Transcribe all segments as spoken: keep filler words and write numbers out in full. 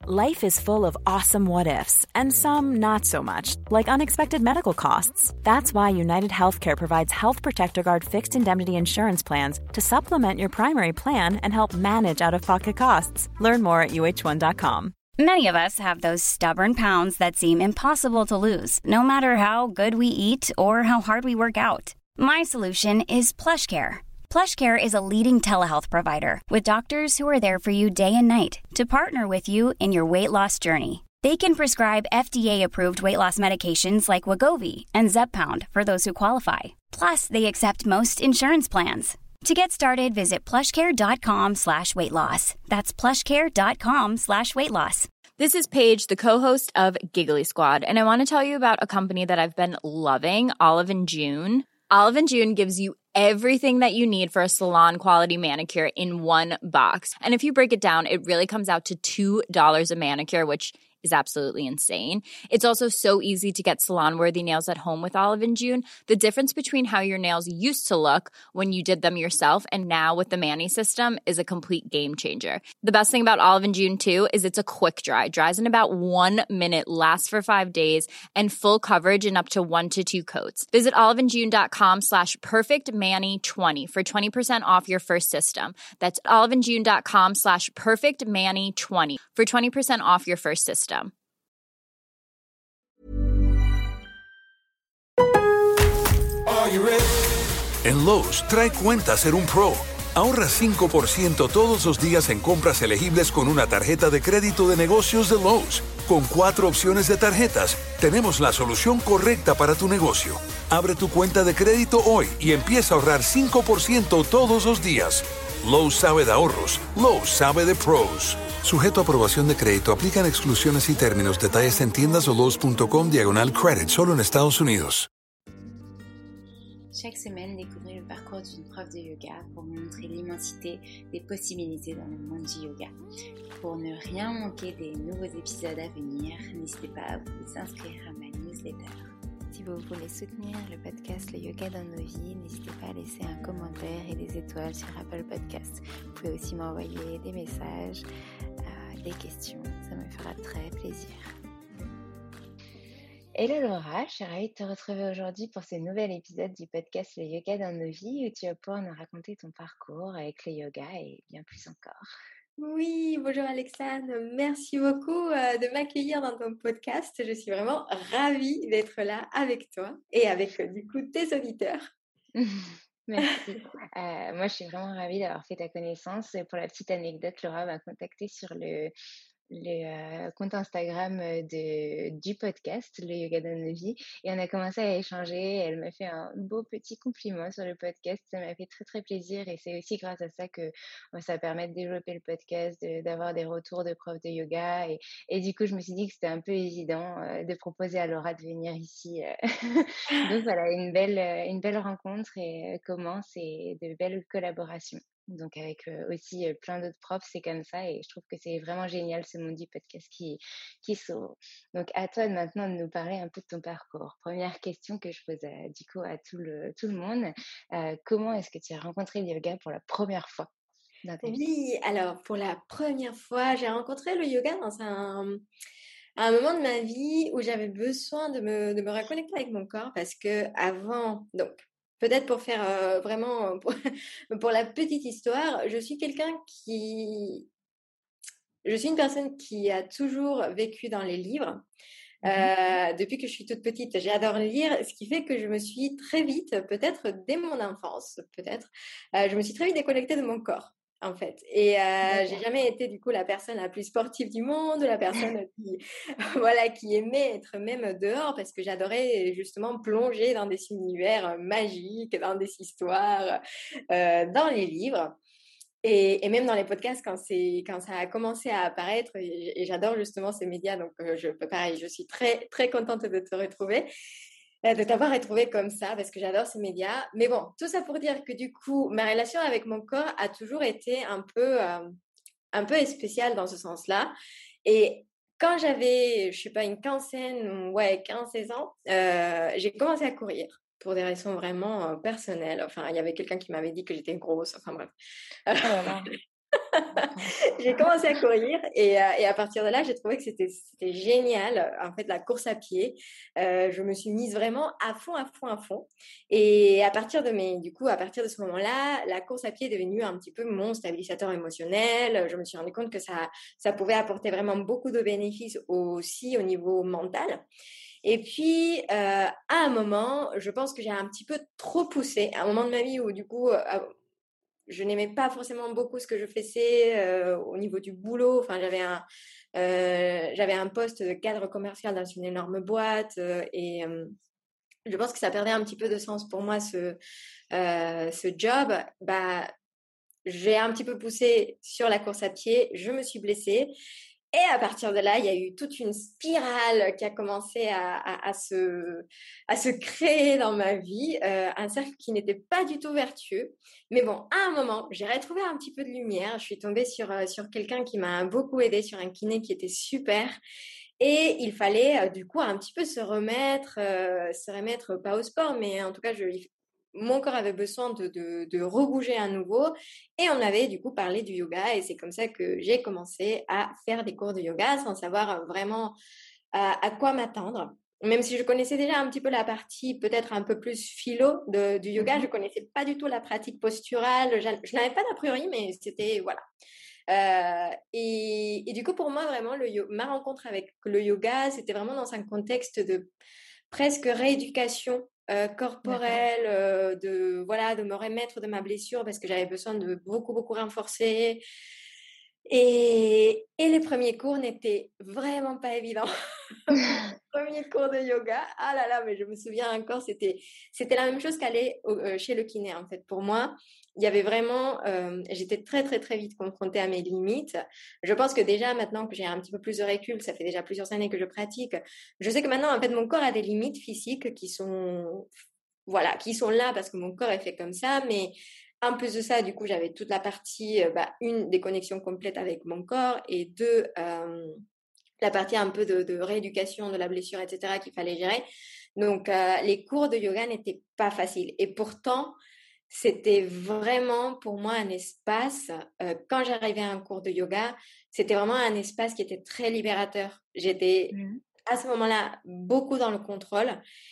Life is full of awesome what-ifs, and some not so much, like unexpected medical costs. That's why United Healthcare provides Health Protector Guard fixed indemnity insurance plans to supplement your primary plan and help manage out-of-pocket costs. Learn more at U H one dot com. Many of us have those stubborn pounds that seem impossible to lose, no matter how good we eat or how hard we work out. My solution is PlushCare. PlushCare is a leading telehealth provider with doctors who are there for you day and night to partner with you in your weight loss journey. They can prescribe F D A-approved weight loss medications like Wegovy and Zepbound for those who qualify. Plus, they accept most insurance plans. To get started, visit plushcare.com slash weight loss. That's plushcare.com slash weight loss. This is Paige, the co-host of Giggly Squad, and I want to tell you about a company that I've been loving, Olive and June. Olive and June gives you everything that you need for a salon-quality manicure in one box. And if you break it down, it really comes out to two dollars a manicure, which is absolutely insane. It's also so easy to get salon-worthy nails at home with Olive and June. The difference between how your nails used to look when you did them yourself and now with the Mani system is a complete game changer. The best thing about Olive and June, too, is it's a quick dry. Dries in about one minute, lasts for five days, and full coverage in up to one to two coats. Visit oliveandjune.com slash perfectmani20 for twenty percent off your first system. That's oliveandjune.com slash perfectmani20 for twenty percent off your first system. En Lowe's, trae cuenta ser un pro. Ahorra cinco por ciento todos los días en compras elegibles con una tarjeta de crédito de negocios de Lowe's. Con cuatro opciones de tarjetas, tenemos la solución correcta para tu negocio. Abre tu cuenta de crédito hoy y empieza a ahorrar cinco por ciento todos los días. Lowe's sabe de ahorros. Lowe's sabe de pros. Sujeto a aprobación de crédito, aplican exclusiones y términos. Detalles en tiendas o lowes.com diagonal credit, solo en Estados Unidos. Chaque semaine, découvrez le parcours d'une prof de yoga pour vous montrer l'immensité des possibilités dans le monde du yoga. Pour ne rien manquer des nouveaux épisodes à venir, n'hésitez pas à vous inscrire à ma newsletter. Si vous voulez soutenir le podcast Le Yoga dans nos vies, n'hésitez pas à laisser un commentaire et des étoiles sur Apple Podcasts. Vous pouvez aussi m'envoyer des messages, euh, des questions, ça me fera très plaisir. Hello Laura, je suis ravie de te retrouver aujourd'hui pour ce nouvel épisode du podcast Le Yoga dans nos vies où tu vas pouvoir nous raconter ton parcours avec le yoga et bien plus encore. Oui, bonjour Alexandre, merci beaucoup euh, de m'accueillir dans ton podcast. Je suis vraiment ravie d'être là avec toi et avec euh, du coup tes auditeurs. Merci. Euh, moi, je suis vraiment ravie d'avoir fait ta connaissance. Et pour la petite anecdote, Laura m'a contactée sur le le euh, compte Instagram de, du podcast, Le Yoga dans nos vies, et on a commencé à échanger. Elle m'a fait un beau petit compliment sur le podcast, ça m'a fait très très plaisir et c'est aussi grâce à ça que bon, ça permet de développer le podcast, de, d'avoir des retours de profs de yoga et, et du coup je me suis dit que c'était un peu évident euh, de proposer à Laura de venir ici. Donc voilà, une belle, une belle rencontre et euh, commence et de belles collaborations. Donc avec euh, aussi euh, plein d'autres profs, c'est comme ça et je trouve que c'est vraiment génial ce monde du podcast qui, qui s'ouvre. Donc à toi de maintenant de nous parler un peu de ton parcours. Première question que je pose à, du coup à tout le, tout le monde, euh, comment est-ce que tu as rencontré le yoga pour la première fois dans ta vie? Oui, alors pour la première fois, j'ai rencontré le yoga dans un, un moment de ma vie où j'avais besoin de me, de me reconnecter avec mon corps parce que avant, donc peut-être pour faire euh, vraiment, pour, pour la petite histoire, je suis quelqu'un qui... Je suis une personne qui a toujours vécu dans les livres. Euh, mmh. Depuis que je suis toute petite, j'adore lire, ce qui fait que je me suis très vite, peut-être dès mon enfance, peut-être, euh, je me suis très vite déconnectée de mon corps. En fait, et euh, j'ai jamais été du coup la personne la plus sportive du monde, la personne qui, voilà, qui aimait être même dehors parce que j'adorais justement plonger dans des univers magiques, dans des histoires, euh, dans les livres. Et, et même dans les podcasts, quand, c'est, quand ça a commencé à apparaître, et, et j'adore justement ces médias, donc euh, je, pareil, je suis très, très contente de te retrouver, euh, de t'avoir retrouvé comme ça, parce que j'adore ces médias. Mais bon, tout ça pour dire que du coup, ma relation avec mon corps a toujours été un peu, euh, un peu spéciale dans ce sens-là. Et quand j'avais, je sais pas, une quinzaine, ouais, quinze seize ans, euh, j'ai commencé à courir. Pour des raisons vraiment euh, personnelles. Enfin, il y avait quelqu'un qui m'avait dit que j'étais grosse. Enfin, bref. Oh là là. J'ai commencé à courir et, euh, et à partir de là, j'ai trouvé que c'était, c'était génial. En fait, la course à pied, euh, je me suis mise vraiment à fond, à fond, à fond. Et à partir de mes, du coup, à partir de ce moment-là, la course à pied est devenue un petit peu mon stabilisateur émotionnel. Je me suis rendu compte que ça, ça pouvait apporter vraiment beaucoup de bénéfices aussi au niveau mental. Et puis, euh, à un moment, je pense que j'ai un petit peu trop poussé. À un moment de ma vie où, du coup, euh, je n'aimais pas forcément beaucoup ce que je faisais euh, au niveau du boulot. Enfin, j'avais un, euh, j'avais un poste de cadre commercial dans une énorme boîte euh, et euh, je pense que ça perdait un petit peu de sens pour moi, ce, euh, ce job. Bah, j'ai un petit peu poussé sur la course à pied, je me suis blessée. Et à partir de là, il y a eu toute une spirale qui a commencé à, à, à, se, à se créer dans ma vie, euh, un cercle qui n'était pas du tout vertueux. Mais bon, à un moment, j'ai retrouvé un petit peu de lumière. Je suis tombée sur, euh, sur quelqu'un qui m'a beaucoup aidée, sur un kiné qui était super. Et il fallait euh, du coup un petit peu se remettre, euh, se remettre pas au sport, mais en tout cas, je, mon corps avait besoin de, de, de rebouger à nouveau et on avait du coup parlé du yoga et c'est comme ça que j'ai commencé à faire des cours de yoga sans savoir vraiment à, à quoi m'attendre. Même si je connaissais déjà un petit peu la partie peut-être un peu plus philo de, du yoga, je connaissais pas du tout la pratique posturale, je, je n'avais pas d'a priori, mais c'était, voilà. Euh, et, et du coup, pour moi, vraiment, le, ma rencontre avec le yoga, c'était vraiment dans un contexte de presque rééducation Euh, corporelle, euh, de voilà, de me remettre de ma blessure parce que j'avais besoin de beaucoup beaucoup renforcer. Et, et les premiers cours n'étaient vraiment pas évidents. Premier cours de yoga, ah là là, mais je me souviens encore, c'était c'était la même chose qu'aller euh, chez le kiné en fait. Pour moi, il y avait vraiment, euh, j'étais très très très vite confrontée à mes limites. Je pense que déjà maintenant que j'ai un petit peu plus de recul, ça fait déjà plusieurs années que je pratique, je sais que maintenant en fait mon corps a des limites physiques qui sont, voilà, qui sont là parce que mon corps est fait comme ça, mais en plus de ça, du coup, j'avais toute la partie, bah, une, des connexions complètes avec mon corps et deux, euh, la partie un peu de, de rééducation de la blessure, et cetera qu'il fallait gérer. Donc, euh, les cours de yoga n'étaient pas faciles. Et pourtant, c'était vraiment pour moi un espace, euh, quand j'arrivais à un cours de yoga, c'était vraiment un espace qui était très libérateur. J'étais mmh. à ce moment-là beaucoup dans le contrôle.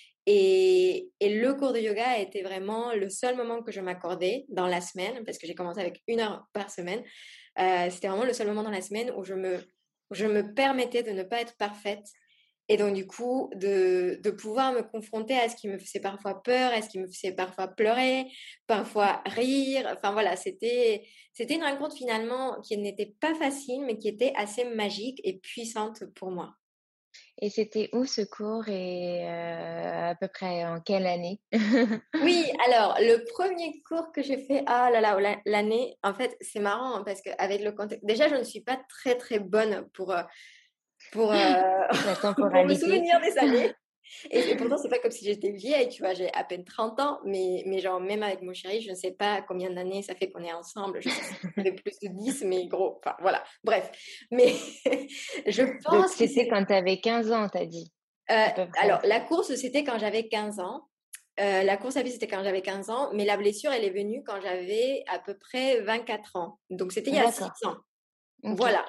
Et, et le cours de yoga était vraiment le seul moment que je m'accordais dans la semaine, parce que j'ai commencé avec une heure par semaine. Euh, c'était vraiment le seul moment dans la semaine où je me, où je me permettais de ne pas être parfaite. Et donc, du coup, de, de pouvoir me confronter à ce qui me faisait parfois peur, à ce qui me faisait parfois pleurer, parfois rire. Enfin, voilà, c'était, c'était une rencontre finalement qui n'était pas facile, mais qui était assez magique et puissante pour moi. Et c'était où ce cours et euh, à peu près en quelle année? Oui, alors le premier cours que j'ai fait, ah là là, l'année, en fait, c'est marrant hein, parce qu'avec le contexte, déjà, je ne suis pas très très bonne pour, pour, euh, pour me souvenir des années. Et, et pourtant, c'est pas comme si j'étais vieille, tu vois, j'ai à peine trente ans, mais, mais genre, même avec mon chéri, je ne sais pas combien d'années ça fait qu'on est ensemble. Je sais que ça fait plus de dix, mais gros, enfin, voilà, bref. Mais je pense Donc, c'était quand tu avais quinze ans, t'as dit euh, alors, la course, c'était quand j'avais quinze ans. Euh, la course à pied, c'était quand j'avais quinze ans, mais la blessure, elle est venue quand j'avais à peu près vingt-quatre ans. Donc, c'était il y a six ans. Okay. Voilà.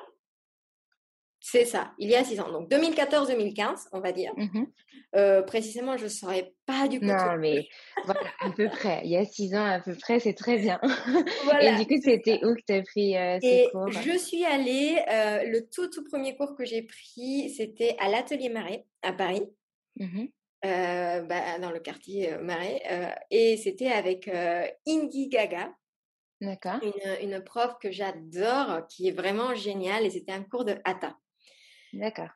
C'est ça, il y a six ans. Donc, deux mille quatorze deux mille quinze, on va dire. Mm-hmm. Euh, précisément, je ne saurais pas du coup. Non, mais voilà, à peu près. Il y a six ans, à peu près, c'est très bien. Voilà, et du coup, c'était où que tu as pris euh, ces et cours? Je suis allée, euh, le tout, tout premier cours que j'ai pris, c'était à l'Atelier Marais, à Paris. Mm-hmm. Euh, bah, dans le quartier euh, Marais. Euh, et c'était avec euh, Ingi Gaga. D'accord. Une, une prof que j'adore, qui est vraiment géniale. Et c'était un cours de Hatha. D'accord.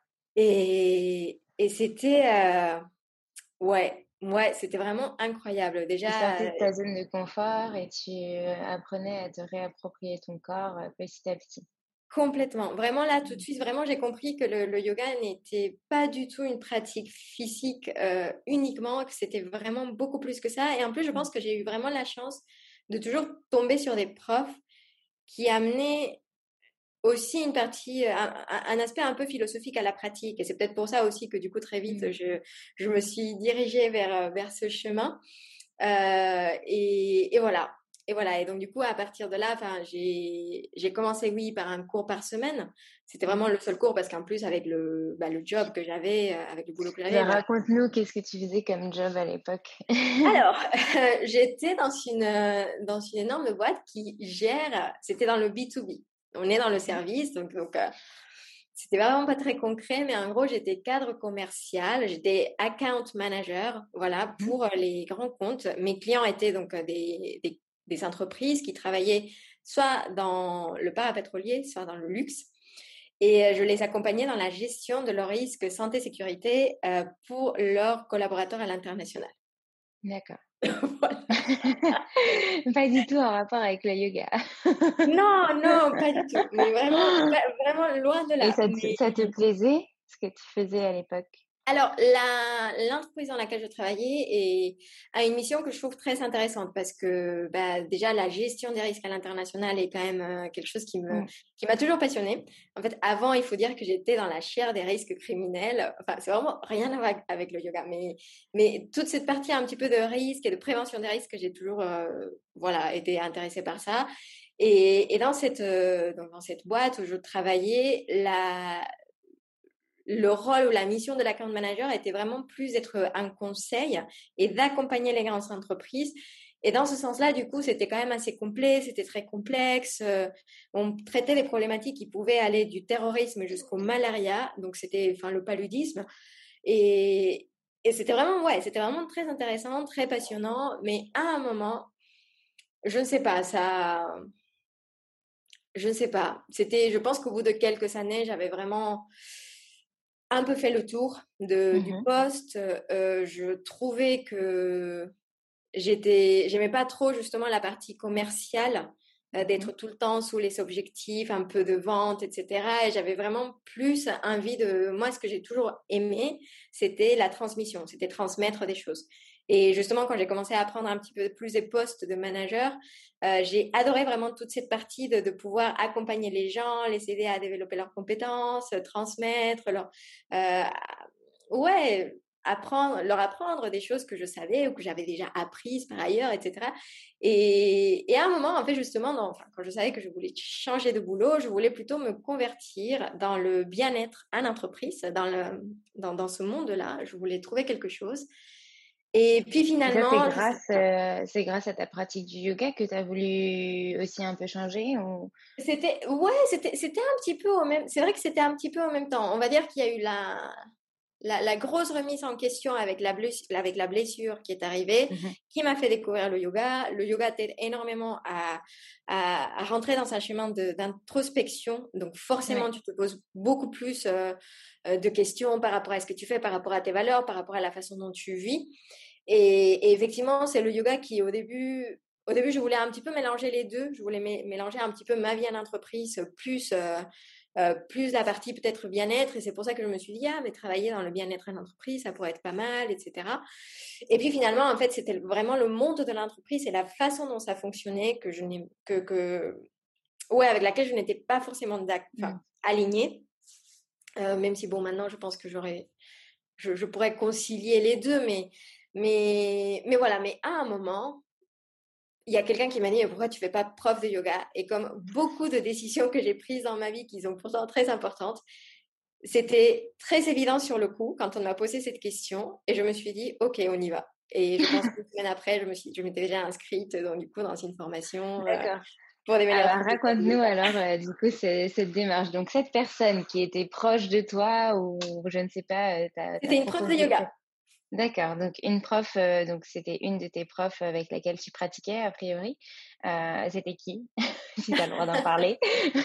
Et, et c'était... Euh, ouais, ouais, c'était vraiment incroyable. Déjà, tu sortais de ta zone de confort et tu apprenais à te réapproprier ton corps petit à petit. Complètement. Vraiment, là, tout de suite, vraiment, j'ai compris que le, le yoga n'était pas du tout une pratique physique euh, uniquement, que c'était vraiment beaucoup plus que ça. Et en plus, je pense que j'ai eu vraiment la chance de toujours tomber sur des profs qui amenaient aussi une partie, un, un aspect un peu philosophique à la pratique. Et c'est peut-être pour ça aussi que du coup, très vite, je, je me suis dirigée vers, vers ce chemin. Euh, et, et voilà. et voilà. Et donc, du coup, à partir de là, enfin, j'ai, j'ai commencé, oui, par un cours par semaine. C'était vraiment le seul cours parce qu'en plus, avec le, bah, le job que j'avais, euh, avec le boulot que j'avais, Ben, voilà. raconte-nous qu'est-ce que tu faisais comme job à l'époque. Alors, euh, j'étais dans une, euh, dans une énorme boîte qui gère, c'était dans le B deux B. On est dans le service, donc, donc euh, c'était vraiment pas très concret, mais en gros, j'étais cadre commercial, j'étais account manager, voilà, pour euh, les grands comptes. Mes clients étaient donc euh, des, des, des entreprises qui travaillaient soit dans le parapétrolier, soit dans le luxe. Et euh, je les accompagnais dans la gestion de leurs risques santé-sécurité euh, pour leurs collaborateurs à l'international. D'accord. Voilà. Pas du tout en rapport avec le yoga. Non, non, pas du tout. Mais vraiment, pas- vraiment loin de Et là. ça te, Mais... ça te plaisait, ce que tu faisais à l'époque? Alors, la, l'entreprise dans laquelle je travaillais est, a une mission que je trouve très intéressante parce que bah, déjà, la gestion des risques à l'international est quand même euh, quelque chose qui me, Mm. qui m'a toujours passionnée. En fait, avant, il faut dire que j'étais dans la chaire des risques criminels. Enfin, c'est vraiment rien à voir avec le yoga, mais, mais toute cette partie un petit peu de risque et de prévention des risques, j'ai toujours euh, voilà, été intéressée par ça. Et, et dans, cette, euh, donc dans cette boîte où je travaillais, la, le rôle ou la mission de l'account manager était vraiment plus d'être un conseil et d'accompagner les grandes entreprises. Et dans ce sens-là, du coup, c'était quand même assez complet, c'était très complexe. Euh, on traitait des problématiques qui pouvaient aller du terrorisme jusqu'au malaria, donc c'était, enfin, le paludisme. Et, et c'était vraiment, ouais, c'était vraiment très intéressant, très passionnant. Mais à un moment, je ne sais pas, ça, je ne sais pas. C'était, je pense qu'au bout de quelques années, j'avais vraiment un peu fait le tour de, du Mhm. poste. Euh, je trouvais que j'étais, j'aimais pas trop justement la partie commerciale, euh, d'être tout le temps sous les objectifs, un peu de vente, et cetera. Et j'avais vraiment plus envie de, moi, ce que j'ai toujours aimé, c'était la transmission, c'était transmettre des choses. Et justement, quand j'ai commencé à apprendre un petit peu plus des postes de manager, euh, j'ai adoré vraiment toute cette partie de, de pouvoir accompagner les gens, les aider à développer leurs compétences, transmettre leur, euh, ouais, apprendre, leur apprendre des choses que je savais ou que j'avais déjà apprises par ailleurs, et cetera. Et, et à un moment, en fait, justement, dans, enfin, quand je savais que je voulais changer de boulot, je voulais plutôt me convertir dans le bien-être en entreprise, dans, le, dans, dans ce monde-là. Je voulais trouver quelque chose. Et puis Et ça, c'est finalement, grâce, euh, c'est grâce à ta pratique du yoga que tu as voulu aussi un peu changer ou... c'était, ouais, c'était, c'était un petit peu au même, c'est vrai que c'était un petit peu au même temps. On va dire qu'il y a eu la, La, la grosse remise en question avec la, blessure, avec la blessure qui est arrivée, Mhm. qui m'a fait découvrir le yoga. Le yoga t'aide énormément à, à, à rentrer dans un chemin de, d'introspection. Donc forcément, Ouais. tu te poses beaucoup plus euh, euh, de questions par rapport à ce que tu fais, par rapport à tes valeurs, par rapport à la façon dont tu vis. Et, et effectivement, c'est le yoga qui, au début... Au début, je voulais un petit peu mélanger les deux. Je voulais mé- mélanger un petit peu ma vie en entreprise plus... Euh, Euh, plus la partie peut-être bien-être, et c'est pour ça que je me suis dit, ah, mais travailler dans le bien-être en entreprise, ça pourrait être pas mal, et cetera. Et puis finalement, en fait, c'était vraiment le monde de l'entreprise et la façon dont ça fonctionnait que je n'ai, que, que, ouais, avec laquelle je n'étais pas forcément enfin, Mm. alignée. Euh, même si, bon, maintenant, je pense que j'aurais, je, je pourrais concilier les deux, mais, mais, mais voilà, mais à un moment, il y a quelqu'un qui m'a dit, pourquoi tu fais pas prof de yoga? Et comme beaucoup de décisions que j'ai prises dans ma vie, qui sont pourtant très importantes, c'était très évident sur le coup quand on m'a posé cette question. Et je me suis dit, OK, on y va. Et je pense qu'une semaine après, je me suis, je m'étais déjà inscrite donc, du coup, dans une formation euh, D'accord. pour devenir Alors, professeur de raconte-nous yoga. alors, euh, du coup, c'est- cette démarche. Donc, cette personne qui était proche de toi ou je ne sais pas, euh, t'a, t'a C'était une prof de proposé cette... yoga. D'accord. Donc, une prof, euh, donc c'était une de tes profs avec laquelle tu pratiquais, a priori. Euh, c'était qui? Si tu as le droit d'en parler.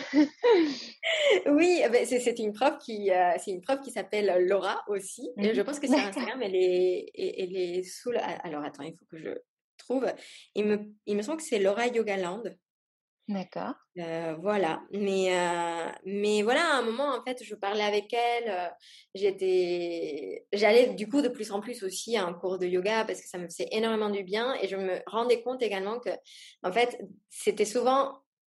Oui, ben, c'est, c'est une prof qui, euh, c'est une prof qui s'appelle Laura aussi. Et je Mhm. pense que sur D'accord. Instagram, elle est, elle est sous la... Alors, attends, il faut que je trouve. Il me, il me semble que c'est Laura Yogaland. D'accord. Euh, voilà, mais, euh, mais voilà, à un moment, en fait, je parlais avec elle, euh, j'étais, j'allais du coup de plus en plus aussi à un cours de yoga parce que ça me faisait énormément du bien et je me rendais compte également que, en fait, c'était souvent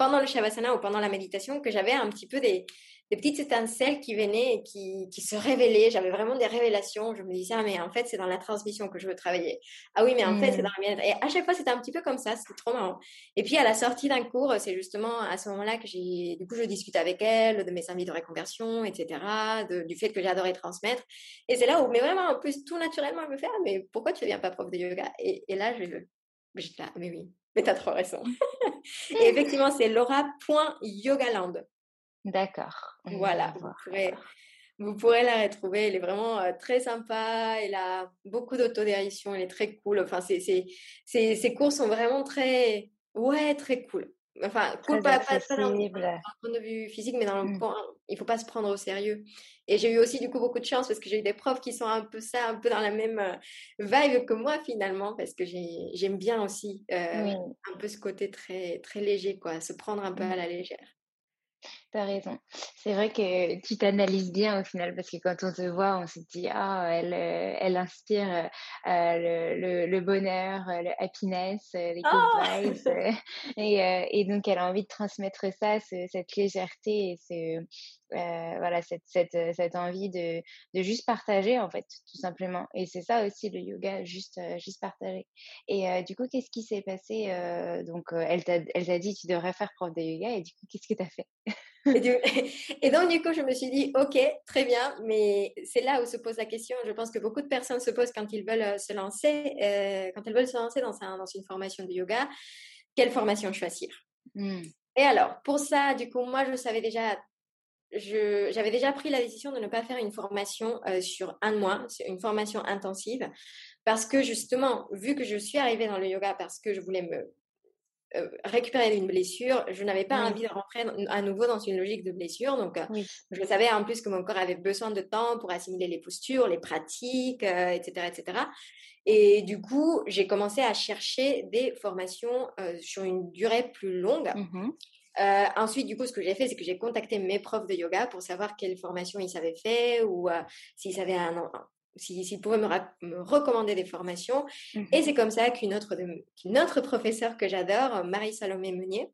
pendant le Shavasana ou pendant la méditation que j'avais un petit peu des, des petites étincelles qui venaient et qui, qui se révélaient. J'avais vraiment des révélations. Je me disais, ah, mais en fait, c'est dans la transmission que je veux travailler. Ah oui, mais en fait, c'est dans le bien-être. Et à chaque fois, c'était un petit peu comme ça. C'était trop marrant. Et puis, à la sortie d'un cours, c'est justement à ce moment-là que j'ai, du coup, je discute avec elle de mes envies de reconversion, et cetera, de, du fait que j'adorais transmettre. Et c'est là où, mais vraiment, en plus, tout naturellement, elle me fait, ah, mais pourquoi tu ne deviens pas prof de yoga? Et, et là, je, j'étais là, mais oui, mais t'as trop raison. Et effectivement, c'est laura.yogaland. D'accord. Voilà, vous pourrez, vous pourrez la retrouver. Elle est vraiment euh, très sympa. Elle a beaucoup d'autodérision. Elle est très cool. Enfin, c'est, c'est, c'est, ses cours sont vraiment très, ouais, très cool. Enfin, cool, Très pas, pas, pas dans, accessible. d'un point de vue physique, mais dans le Mm. point, il faut pas se prendre au sérieux. Et j'ai eu aussi, du coup, beaucoup de chance parce que j'ai eu des profs qui sont un peu ça, un peu dans la même euh, vibe que moi, finalement, parce que j'ai, j'aime bien aussi euh, Oui. un peu ce côté très, très léger, quoi, se prendre un peu Mm. à la légère. T'as raison. C'est vrai que tu t'analyses bien au final parce que quand on te voit, on se dit ah elle euh, elle inspire euh, euh, le, le, le bonheur, euh, le happiness, euh, les good Oh vibes euh, et euh, et donc elle a envie de transmettre ça, ce- cette légèreté et ce euh, voilà cette cette euh, cette envie de de juste partager en fait tout simplement. Et c'est ça aussi le yoga, juste euh, juste partager. Et euh, du coup, qu'est-ce qui s'est passé euh, donc euh, elle t'a elle t'a dit tu devrais faire prof de yoga et du coup qu'est-ce que t'as fait? Et, du- et donc, du coup, je me suis dit, OK, très bien, mais c'est là où se pose la question. Je pense que beaucoup de personnes se posent quand ils veulent euh, se lancer, euh, quand elles veulent se lancer dans, un- dans une formation de yoga, quelle formation choisir? Hmm. Et alors, pour ça, du coup, moi, je savais déjà, je, j'avais déjà pris la décision de ne pas faire une formation euh, sur un mois, c'est une formation intensive, parce que justement, vu que je suis arrivée dans le yoga parce que je voulais me euh, récupérer une blessure, je n'avais pas Oui, envie de rentrer à nouveau dans une logique de blessure. Donc, euh, oui. je savais en plus que mon corps avait besoin de temps pour assimiler les postures, les pratiques, euh, et cetera, et cetera. Et du coup, j'ai commencé à chercher des formations euh, sur une durée plus longue. Mhm. Euh, ensuite, du coup, ce que j'ai fait, c'est que j'ai contacté mes profs de yoga pour savoir quelle formation ils avaient fait ou euh, s'ils avaient un, un s'ils s'ils pouvaient me, ra- me recommander des formations. Mhm. Et c'est comme ça qu'une autre, de, qu'une autre professeure que j'adore, Marie-Salomé Meunier,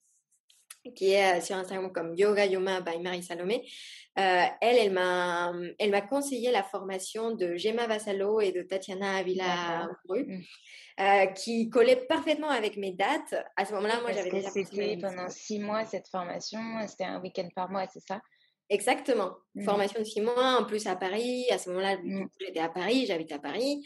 qui est euh, sur Instagram comme Yoga Yoma by Marie-Salomé, euh, elle, elle m'a, elle m'a conseillé la formation de Gemma Vassalo et de Tatiana Avila D'accord. Bru, Mm. euh, qui collait parfaitement avec mes dates. À ce moment-là, Oui, moi, parce j'avais que déjà passé ma c'était démission. pendant six mois cette formation, c'était un week-end par mois, c'est ça? Exactement. Mm. Formation de six mois, en plus à Paris. À ce moment-là, du Mm. coup, j'étais à Paris, j'habite à Paris.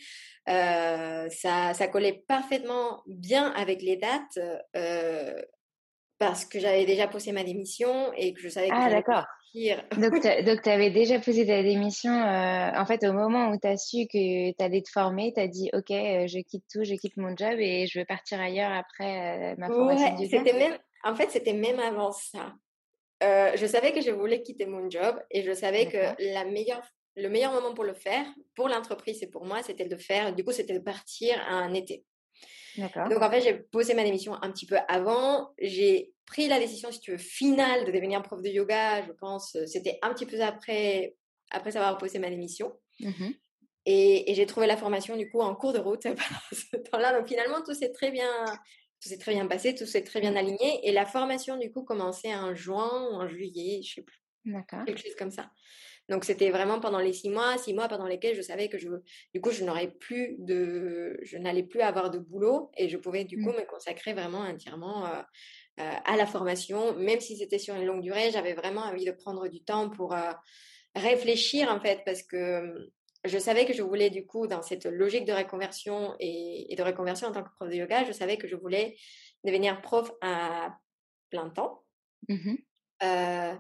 Euh, ça, ça collait parfaitement bien avec les dates euh, parce que j'avais déjà posé ma démission et que je savais que Ah, j'allais d'accord. partir. Donc, t'as- donc tu avais déjà posé ta démission. euh, en fait, au moment où tu as su que tu allais te former, tu as dit, OK, euh, je quitte tout, je quitte mon job et je veux partir ailleurs après euh, ma formation Ouais, de yoga. c'était même, en fait, c'était même avant ça. Euh, je savais que je voulais quitter mon job et je savais que D'accord. la meilleure, le meilleur moment pour le faire, pour l'entreprise et pour moi, c'était de faire, du coup, c'était de partir un été. D'accord. Donc, en fait, j'ai posé ma démission un petit peu avant. J'ai pris la décision, si tu veux, finale de devenir prof de yoga. Je pense, euh, c'était un petit peu après, après avoir posé ma démission. Mhm. Et, et j'ai trouvé la formation, du coup, en cours de route pendant ce temps-là. Donc, finalement, tout s'est très bien, tout s'est très bien passé, tout s'est très bien Mm. aligné. Et la formation, du coup, commençait en juin ou en juillet, je sais plus, D'accord. quelque chose comme ça. Donc, c'était vraiment pendant les six mois, six mois pendant lesquels je savais que je, du coup, je n'aurais plus de, je n'allais plus avoir de boulot et je pouvais, du coup, Mm. me consacrer vraiment entièrement euh, euh, à la formation. Même si c'était sur une longue durée, j'avais vraiment envie de prendre du temps pour euh, réfléchir, en fait, parce que je savais que je voulais, du coup, dans cette logique de reconversion et, et de reconversion en tant que prof de yoga, je savais que je voulais devenir prof à plein temps. Mhm. Euh,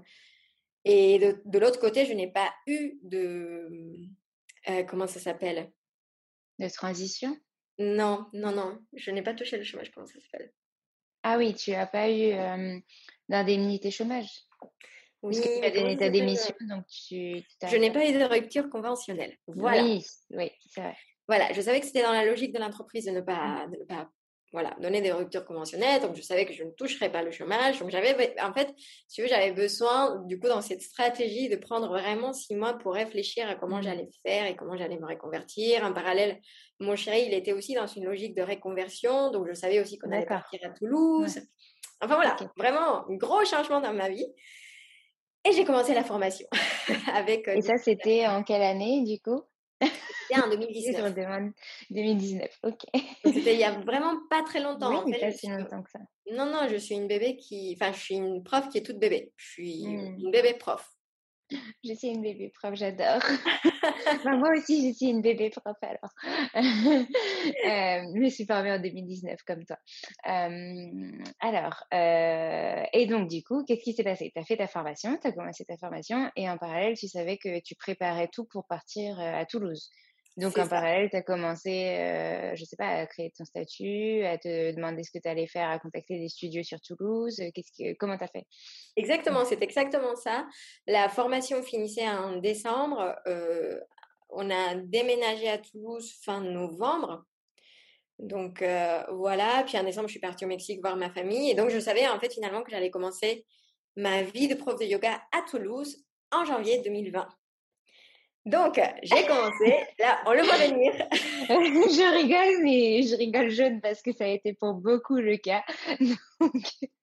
et de, de l'autre côté, je n'ai pas eu de... euh, comment ça s'appelle? De transition? Non, non, non. Je n'ai pas touché le chômage. Comment ça s'appelle? Ah oui, tu n'as pas eu euh, d'indemnité chômage. Oui, Parce que tu as mais comment donné ça ta s'appelle? démission, donc tu Je t'as n'ai pas. pas eu de rupture conventionnelle. Voilà. Oui, oui, c'est vrai. Voilà. Je savais que c'était dans la logique de l'entreprise de ne Mm. pas, de ne pas voilà, donner des ruptures conventionnelles. Donc, je savais que je ne toucherais pas le chômage. Donc, j'avais, en fait, si tu veux, j'avais besoin, du coup, dans cette stratégie, de prendre vraiment six mois pour réfléchir à comment Mm. j'allais faire et comment j'allais me reconvertir. En parallèle, mon chéri, il était aussi dans une logique de reconversion. Donc, je savais aussi qu'on allait D'accord. partir à Toulouse. Ouais. Enfin voilà, Ok. vraiment un gros changement dans ma vie. Et j'ai commencé la formation avec. Et ça, c'était en quelle année, du coup? C'était en deux mille Je dix-neuf. redemande deux mille dix-neuf, ok. Donc c'était il y a vraiment pas très longtemps. En Oui, fait, pas je si suis... longtemps que ça. Non, non, je suis une bébé qui... Enfin, je suis une prof qui est toute bébé. Je suis Hmm. une bébé prof. Je suis une bébé prof, j'adore. Enfin, moi aussi, je suis une bébé prof alors. euh, je me suis formée en deux mille dix-neuf comme toi. Euh, alors, euh, et donc du coup, qu'est-ce qui s'est passé? Tu as fait ta formation, tu as commencé ta formation et en parallèle, tu savais que tu préparais tout pour partir euh, à Toulouse. Donc C'est en ça. parallèle, tu as commencé, euh, je sais pas, à créer ton statut, à te demander ce que tu allais faire, à contacter des studios sur Toulouse. Qu'est-ce que, comment tu as fait? Exactement, c'est exactement ça. La formation finissait en décembre. Euh, on a déménagé à Toulouse fin novembre. Donc euh, voilà, puis en décembre, je suis partie au Mexique voir ma famille. Et donc, je savais en fait finalement que j'allais commencer ma vie de prof de yoga à Toulouse en janvier deux mille vingt. Donc, j'ai commencé. Là, on le voit venir. Je rigole, mais je rigole jeune parce que ça a été pour beaucoup le cas. Donc...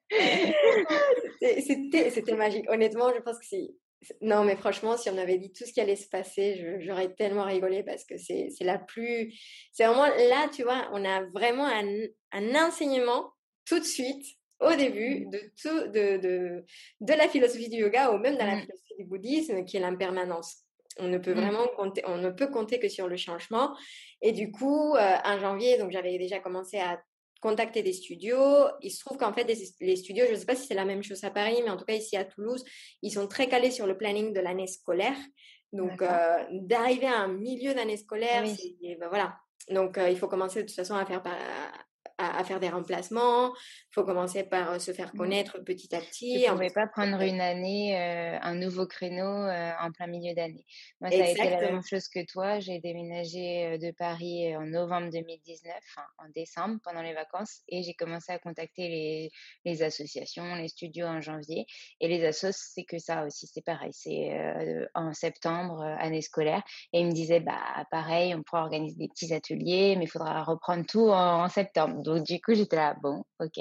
C'était, c'était magique. Honnêtement, je pense que c'est... Non, mais franchement, si on avait dit tout ce qui allait se passer, je, j'aurais tellement rigolé parce que c'est, c'est la plus... C'est vraiment là, tu vois, on a vraiment un, un enseignement tout de suite, au début, de, tout, de, de, de la philosophie du yoga ou même dans la philosophie du bouddhisme, qui est l'impermanence. On ne peut vraiment compter, on ne peut compter que sur le changement. Et du coup, euh, en janvier, donc j'avais déjà commencé à contacter des studios. Il se trouve qu'en fait, les, les studios, je ne sais pas si c'est la même chose à Paris, mais en tout cas ici à Toulouse, ils sont très calés sur le planning de l'année scolaire. Donc, euh, d'arriver à un milieu d'année scolaire, oui. c'est, ben voilà. Donc, euh, il faut commencer de toute façon à faire par, à, à faire des remplacements. Il faut commencer par euh, se faire connaître mmh. petit à petit. Tu ne pouvais pas prendre une année, euh, un nouveau créneau euh, en plein milieu d'année. Moi, ça Exactement. a été la même chose que toi. J'ai déménagé de Paris en novembre deux mille dix-neuf, enfin, en décembre, pendant les vacances, et j'ai commencé à contacter les, les associations, les studios en janvier. Et les assos, c'est que ça aussi, c'est pareil. C'est euh, en septembre, euh, année scolaire. Et ils me disaient, bah, pareil, on pourra organiser des petits ateliers, mais il faudra reprendre tout en, en septembre. Donc, du coup, j'étais là, bon, ok.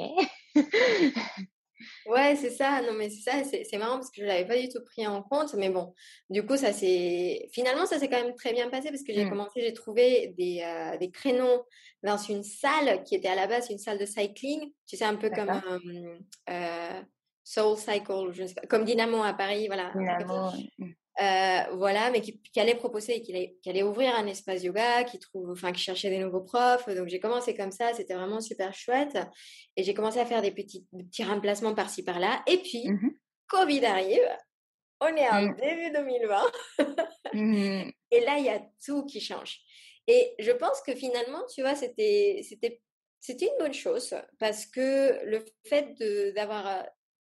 Ouais, c'est ça. Non, mais c'est ça. C'est, c'est marrant parce que je l'avais pas du tout pris en compte. Mais bon, du coup, ça c'est finalement ça s'est quand même très bien passé parce que j'ai mmh. commencé, j'ai trouvé des, euh, des créneaux dans une salle qui était à la base une salle de cycling. Tu sais, un peu D'accord. comme euh, euh, Soul Cycle, je sais pas, comme Dynamo à Paris, voilà. Dynamo. Euh, voilà, mais qui, qui allait proposer et qui allait, qui allait ouvrir un espace yoga, qui trouve, enfin, qui cherchait des nouveaux profs. Donc, j'ai commencé comme ça. C'était vraiment super chouette. Et j'ai commencé à faire des petits, des petits remplacements par-ci, par-là. Et puis, mm-hmm. Covid arrive. On est en mm. début deux mille vingt. mm-hmm. Et là, il y a tout qui change. Et je pense que finalement, tu vois, c'était, c'était, c'était une bonne chose parce que le fait de, d'avoir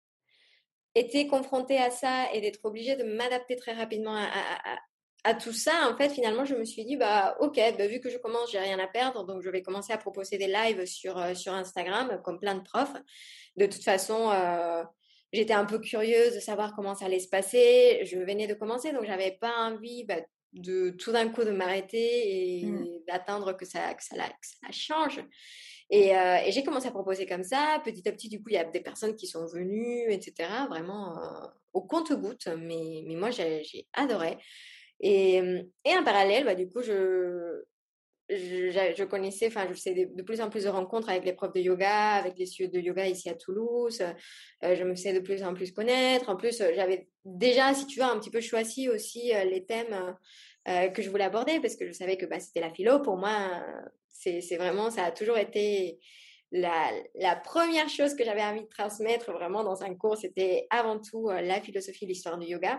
été confrontée à ça et d'être obligée de m'adapter très rapidement à, à, à, à tout ça, en fait, finalement, je me suis dit, bah, ok, bah, vu que je commence, j'ai rien à perdre, donc je vais commencer à proposer des lives sur, euh, sur Instagram, comme plein de profs. De toute façon, euh, j'étais un peu curieuse de savoir comment ça allait se passer. Je venais de commencer, donc j'avais pas envie bah, de tout d'un coup de m'arrêter et mmh. d'attendre que ça, que, ça la, que ça change. Et, euh, et j'ai commencé à proposer comme ça. Petit à petit, du coup, il y a des personnes qui sont venues, et cetera. Vraiment euh, au compte-gouttes. Mais, mais moi, j'ai, j'ai adoré. Et, et en parallèle, bah, du coup, je, je, je connaissais, enfin, je faisais de, de plus en plus de rencontres avec les profs de yoga, avec les studios de yoga ici à Toulouse. Euh, je me faisais de plus en plus connaître. En plus, j'avais déjà, si tu veux, un petit peu choisi aussi euh, les thèmes euh, que je voulais aborder parce que je savais que bah, c'était la philo. Pour moi, c'est, c'est vraiment, ça a toujours été la, la première chose que j'avais envie de transmettre vraiment dans un cours. C'était avant tout euh, la philosophie, l'histoire du yoga.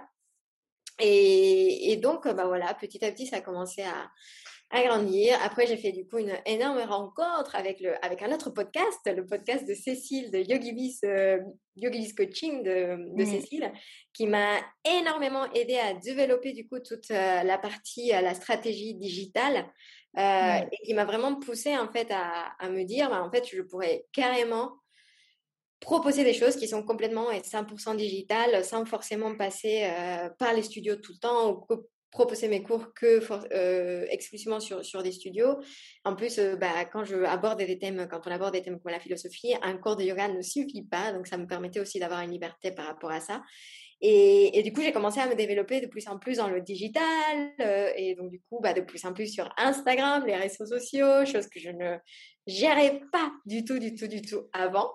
Et, et donc, bah voilà, petit à petit, ça a commencé à, à grandir. Après, j'ai fait du coup une énorme rencontre avec, le, avec un autre podcast, le podcast de Cécile, de YogiBiz, euh, YogiBiz Coaching de, de mmh. Cécile, qui m'a énormément aidé à développer du coup toute euh, la partie, euh, la stratégie digitale, euh, mmh. et qui m'a vraiment poussée en fait à, à me dire, bah, en fait, je pourrais carrément proposer des choses qui sont complètement et cent pour cent digitales sans forcément passer euh, par les studios tout le temps ou proposer mes cours que for- euh, exclusivement sur, sur des studios. En plus, euh, bah, quand je aborde des thèmes, quand on aborde des thèmes comme la philosophie, un cours de yoga ne suffit pas. Donc, ça me permettait aussi d'avoir une liberté par rapport à ça. Et, et du coup, j'ai commencé à me développer de plus en plus dans le digital. euh, et donc, du coup, bah, de plus en plus sur Instagram, les réseaux sociaux, chose que je ne gérais pas du tout, du tout, du tout avant.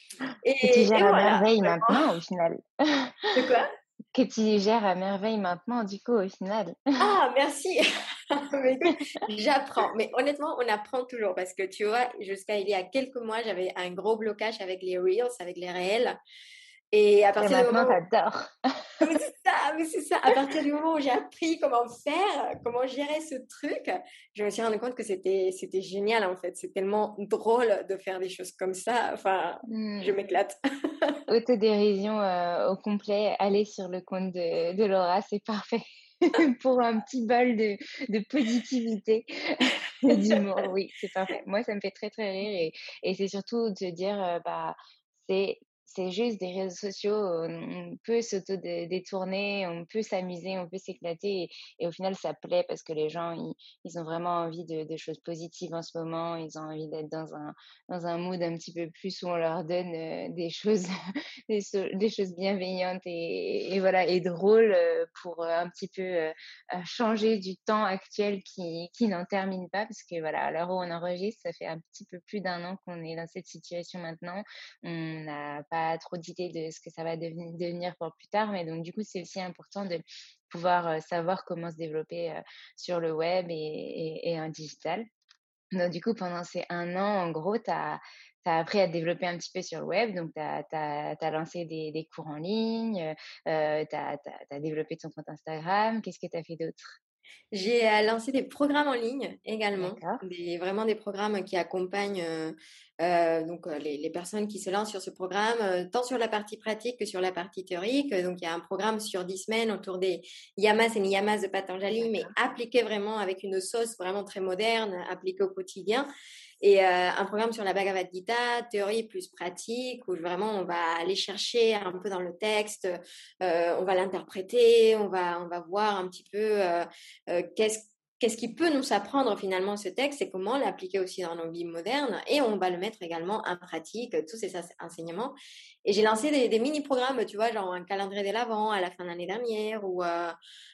Que tu Et, et gères à voilà. merveille maintenant, au final. De quoi? Que tu gères à merveille maintenant, du coup, au final. Ah, merci. Mais écoute, j'apprends. Mais honnêtement, on apprend toujours parce que tu vois, jusqu'à il y a quelques mois, j'avais un gros blocage avec les Reels, avec les réels. Et à Et partir du maintenant, moment où... t'adores. Mais c'est ça, mais c'est ça. À partir du moment où j'ai appris comment faire, comment gérer ce truc, je me suis rendu compte que c'était, c'était génial en fait. C'est tellement drôle de faire des choses comme ça. Enfin, je Hmm. m'éclate. Autodérision euh, au complet. Aller sur le compte de, de Laura, c'est parfait. Pour un petit bol de, de positivité et d'humour. Oui, c'est parfait. Moi, ça me fait très, très rire. Et, et c'est surtout de se dire, euh, bah, c'est, c'est juste des réseaux sociaux. On, on peut s'auto-détourner, on peut s'amuser, on peut s'éclater. Et, et au final, ça plaît parce que les gens, ils, ils ont vraiment envie de, de choses positives en ce moment. Ils ont envie d'être dans un, dans un mood un petit peu plus où on leur donne euh, des choses des, so- des choses bienveillantes et, et voilà et drôles euh, pour euh, un petit peu euh, euh, changer du temps actuel qui, qui n'en termine pas parce que voilà à l'heure où on enregistre ça fait un petit peu plus d'un an qu'on est dans cette situation maintenant. On n'a pas trop d'idées de ce que ça va devenir, devenir pour plus tard, mais donc du coup c'est aussi important de pouvoir euh, savoir comment se développer euh, sur le web et, et, et en digital. Donc, du coup, pendant ces un an, en gros, tu as appris à te développer un petit peu sur le web. Donc, tu as lancé des, des cours en ligne, euh, tu as développé ton compte Instagram. Qu'est-ce que tu as fait d'autre? J'ai euh, lancé des programmes en ligne également, D'accord. des, vraiment des programmes qui accompagnent euh, euh, donc, euh, les, les personnes qui se lancent sur ce programme, euh, tant sur la partie pratique que sur la partie théorique. Donc, il y a un programme sur dix semaines autour des yamas et niyamas de Patanjali, mais appliqué vraiment avec une sauce vraiment très moderne, appliqué au quotidien. Et euh, un programme sur la Bhagavad Gita, théorie plus pratique, où vraiment on va aller chercher un peu dans le texte, euh, on va l'interpréter, on va, on va voir un petit peu euh, euh, qu'est-ce Qu'est-ce qui peut nous apprendre finalement ce texte et comment l'appliquer aussi dans nos vies modernes, et on va le mettre également en pratique, tous ces enseignements. Et j'ai lancé des, des mini-programmes, tu vois, genre un calendrier de l'Avent à la fin de l'année dernière, ou euh,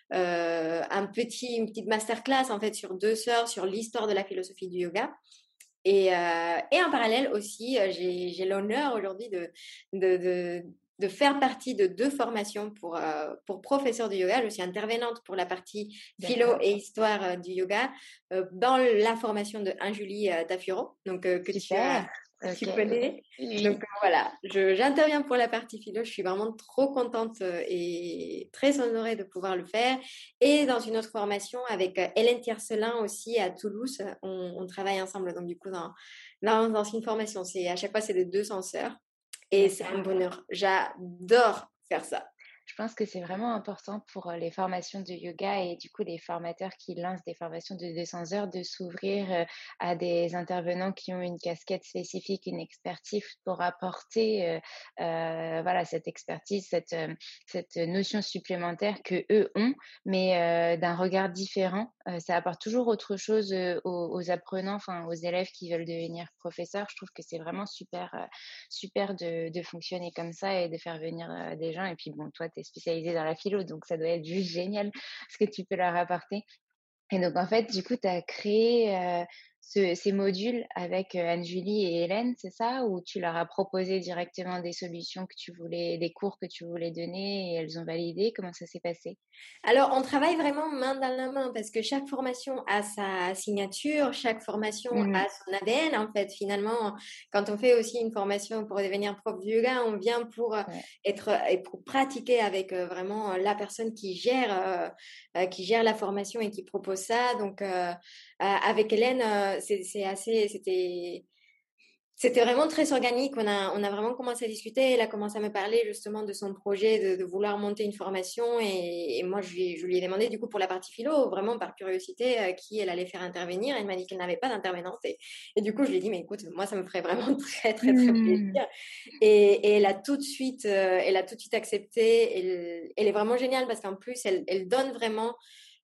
euh, un petit, une petite masterclass en fait sur deux heures sur l'histoire de la philosophie du yoga. Et, euh, et en parallèle aussi, euh, j'ai, j'ai l'honneur aujourd'hui de, de, de, de faire partie de deux formations pour, euh, pour professeurs de yoga. Je suis intervenante pour la partie philo D'accord. et histoire euh, du yoga euh, dans la formation de Anne-Julie euh, Tafuro, donc, euh, que tu, as, Super. que tu Ok. connais. Oui. Donc euh, voilà, je, j'interviens pour la partie philo. Je suis vraiment trop contente euh, et très honorée de pouvoir le faire. Et dans une autre formation avec euh, Hélène Tiercelin aussi à Toulouse, on, on travaille ensemble. Donc du coup, dans, dans, dans une formation, c'est, à chaque fois, c'est de deux censeurs. Et c'est un bonheur. J'adore faire ça. Je pense que c'est vraiment important pour euh, les formations de yoga et du coup les formateurs qui lancent des formations de deux cents heures de s'ouvrir euh, à des intervenants qui ont une casquette spécifique, une expertise pour apporter euh, euh, voilà, cette expertise, cette, euh, cette notion supplémentaire que eux ont, mais euh, d'un regard différent. Euh, ça apporte toujours autre chose euh, aux, aux apprenants, enfin aux élèves qui veulent devenir professeurs. Je trouve que c'est vraiment super, euh, super de, de fonctionner comme ça et de faire venir euh, des gens. Et puis bon, toi, tu es spécialisée dans la philo, donc ça doit être juste génial ce que tu peux leur apporter. Et donc, en fait, du coup, tu as créé euh, ce, ces modules avec euh, Anne-Julie et Hélène, c'est ça? Ou tu leur as proposé directement des solutions que tu voulais, des cours que tu voulais donner et elles ont validé? Comment ça s'est passé? Alors, on travaille vraiment main dans la main parce que chaque formation a sa signature, chaque formation Mmh. a son A D N. En fait, finalement, quand on fait aussi une formation pour devenir prof de yoga, on vient pour euh, Ouais. être et pour pratiquer avec euh, vraiment la personne qui gère, euh, euh, qui gère la formation et qui propose ça. Donc, euh, euh, avec Hélène, euh, c'est, c'est assez, c'était C'était vraiment très organique. On a, on a vraiment commencé à discuter. Elle a commencé à me parler justement de son projet de, de vouloir monter une formation. Et, et moi, je lui, je lui ai demandé du coup pour la partie philo, vraiment par curiosité, euh, qui elle allait faire intervenir. Elle m'a dit qu'elle n'avait pas d'intervenante. Et, et du coup, je lui ai dit, mais écoute, moi, ça me ferait vraiment très, très, très Mmh. plaisir. Et, et elle a tout de suite, euh, elle a tout de suite accepté. Elle, elle est vraiment géniale parce qu'en plus, elle, elle donne vraiment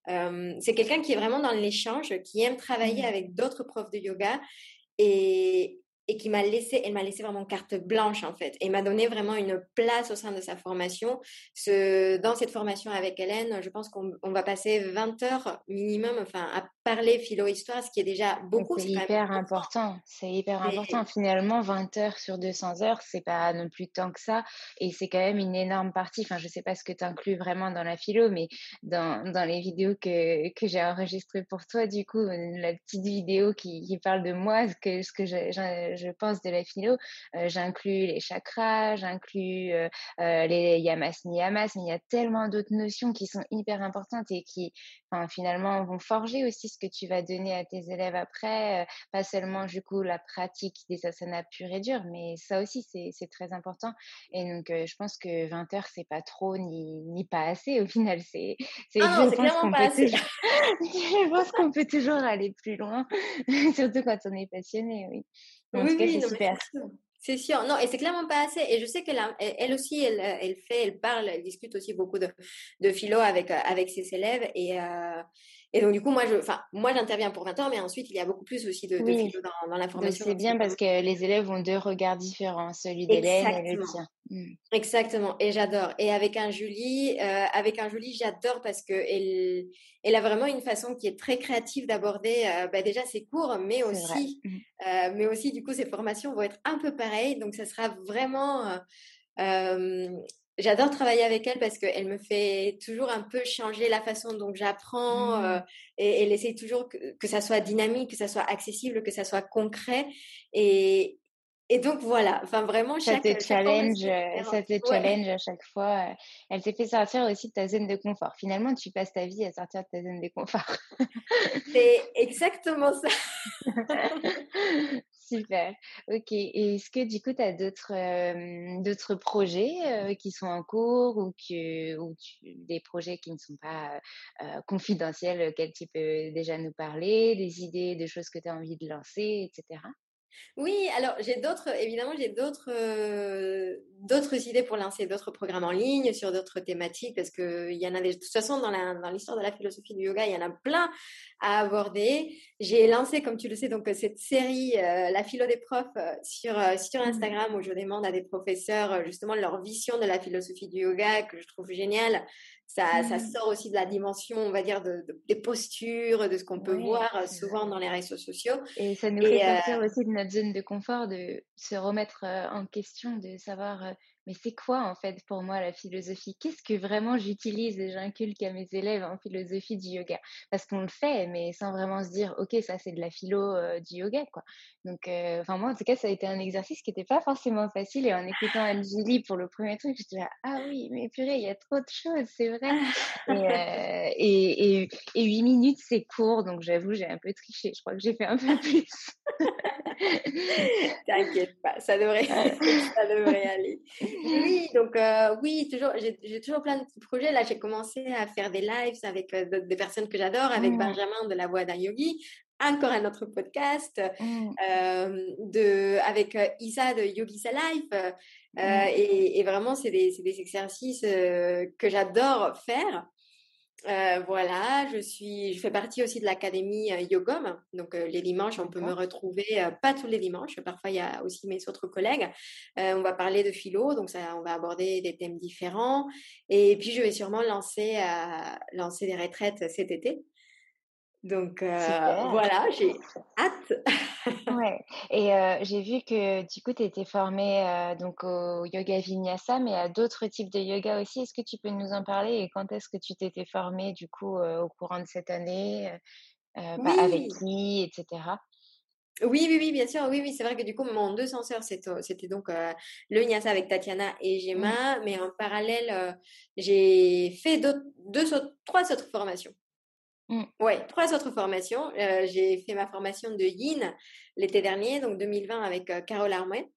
Euh, c'est quelqu'un qui est vraiment dans l'échange, qui aime travailler Mmh. avec d'autres profs de yoga et, et qui m'a laissé, elle m'a laissé vraiment carte blanche en fait, et m'a donné vraiment une place au sein de sa formation. Ce, dans cette formation avec Hélène, je pense qu'on on va passer vingt heures minimum, enfin, à parler philo-histoire, ce qui est déjà Et beaucoup, c'est c'est quand même hyper important. important, c'est hyper C'est- important. Finalement, vingt heures sur deux cents heures, c'est pas non plus tant que ça. Et c'est quand même une énorme partie. Enfin, je sais pas ce que tu inclus vraiment dans la philo, mais dans, dans les vidéos que, que j'ai enregistrées pour toi, du coup, euh, la petite vidéo qui, qui parle de moi, ce que, ce que je, je, je pense de la philo, euh, j'inclus les chakras, j'inclus euh, euh, les yamas, niyamas, mais il y a tellement d'autres notions qui sont hyper importantes et qui, enfin, finalement, vont forger aussi ce que tu vas donner à tes élèves après, euh, pas seulement du coup la pratique des asanas purs et durs, mais ça aussi c'est c'est très important. Et donc euh, je pense que vingt heures c'est pas trop ni ni pas assez au final. C'est c'est Ah je non, c'est pense clairement qu'on pas peut assez. toujours je pense qu'on peut toujours aller plus loin, surtout quand on est passionné, oui. En Oui, tout cas oui, c'est non, mais super. c'est sûr. C'est sûr. Non, et c'est clairement pas assez. Et je sais qu'elle a- elle elle aussi, elle, euh, elle fait, elle parle, elle discute aussi beaucoup de, de philo avec, euh, avec ses élèves. Et, euh, et donc, du coup, moi, je, enfin, moi, j'interviens pour vingt heures, mais ensuite, il y a beaucoup plus aussi de, de Oui, philo dans, dans la donc formation. c'est Donc, c'est bien parce vraiment... que les élèves ont deux regards différents, celui d'Hélène et le Exactement. tien. Mm. Exactement, et j'adore. Et avec un Julie, euh, avec un Julie, j'adore parce que elle, elle a vraiment une façon qui est très créative d'aborder euh, bah, déjà ses cours, mais C'est vrai. aussi, Mm. euh, mais aussi du coup ses formations vont être un peu pareilles. Donc ça sera vraiment, euh, euh, j'adore travailler avec elle parce qu'elle me fait toujours un peu changer la façon dont j'apprends euh, Mm. et elle essaye toujours que, que ça soit dynamique, que ça soit accessible, que ça soit concret. Et et donc voilà, enfin vraiment Ça chaque te chaque challenge, formation est euh, ça différente. te Ouais. challenge à chaque fois. euh, Elle te fait sortir aussi de ta zone de confort. Finalement, tu passes ta vie à sortir de ta zone de confort. C'est exactement ça. Super. Ok. Et est-ce que du coup, tu as d'autres euh, d'autres projets euh, qui sont en cours ou que ou tu, des projets qui ne sont pas euh, confidentiels auxquels tu peux déjà nous parler, des idées de choses que tu as envie de lancer, et cetera. Oui, alors j'ai d'autres, évidemment, j'ai d'autres euh, d'autres idées pour lancer d'autres programmes en ligne sur d'autres thématiques parce que il y en a des, de toute façon dans la dans l'histoire de la philosophie du yoga, il y en a plein à aborder. J'ai lancé, comme tu le sais, donc cette série euh, La philo des profs euh, sur euh, sur Mhm. Instagram où je demande à des professeurs euh, justement leur vision de la philosophie du yoga que je trouve géniale. Ça, ça Mhm. sort aussi de la dimension, on va dire, de, de- des postures, de ce qu'on peut Ouais, voir euh, c'est vrai. souvent dans les réseaux sociaux. Et ça nous fait Et, euh, sortir aussi de notre zone de confort, de se remettre euh, en question, de savoir, euh, mais c'est quoi en fait pour moi la philosophie? Qu'est-ce que vraiment j'utilise et j'inculque à mes élèves en philosophie du yoga? Parce qu'on le fait, mais sans vraiment se dire, ok, ça c'est de la philo euh, du yoga, quoi. Donc, euh, enfin moi en tout cas, ça a été un exercice qui n'était pas forcément facile. Et en écoutant Anjali pour le premier truc, je disais, ah oui, mais purée, il y a trop de choses, c'est vrai. Et, euh, et, et, et huit minutes, c'est court, donc j'avoue, j'ai un peu triché. Je crois que j'ai fait un peu plus. T'inquiète pas, ça devrait, ça devrait aller. Oui, donc euh, oui, toujours, j'ai j'ai toujours plein de petits projets. Là, j'ai commencé à faire des lives avec euh, d'autres- des personnes que j'adore, avec Mm, Benjamin de La Voix d'un Yogi, encore un autre podcast, mm, euh, de, avec euh, Isa de Yogi Sa Life. euh, mm. et, et vraiment, c'est des, c'est des exercices euh, que j'adore faire. Euh, voilà, je suis, je fais partie aussi de l'académie euh, Yogom. Donc euh, les dimanches, on peut me D'accord. retrouver, euh, pas tous les dimanches. Parfois, il y a aussi mes autres collègues. Euh, on va parler de philo, donc ça, on va aborder des thèmes différents. Et puis, je vais sûrement lancer, euh, lancer des retraites cet été. Donc euh, Super. voilà, j'ai hâte. Ouais. Et euh, j'ai vu que du coup, tu étais formée euh, donc au yoga vinyasa, mais à d'autres types de yoga aussi. Est-ce que tu peux nous en parler et quand est-ce que tu t'étais formée du coup euh, au courant de cette année, euh, euh, bah, avec Oui, qui, et cetera. oui, oui, oui, bien sûr. Oui, oui, c'est vrai que du coup, mon deux censeurs, c'était c'était donc euh, le Vinyasa avec Tatiana et Mm, Gemma. Mais en parallèle, euh, j'ai fait d'autres, deux, autres- trois autres formations. mm. Ouais, trois autres formations. Euh, j'ai fait ma formation de Yin l'été dernier, donc deux mille vingt avec euh, Carole Armouet.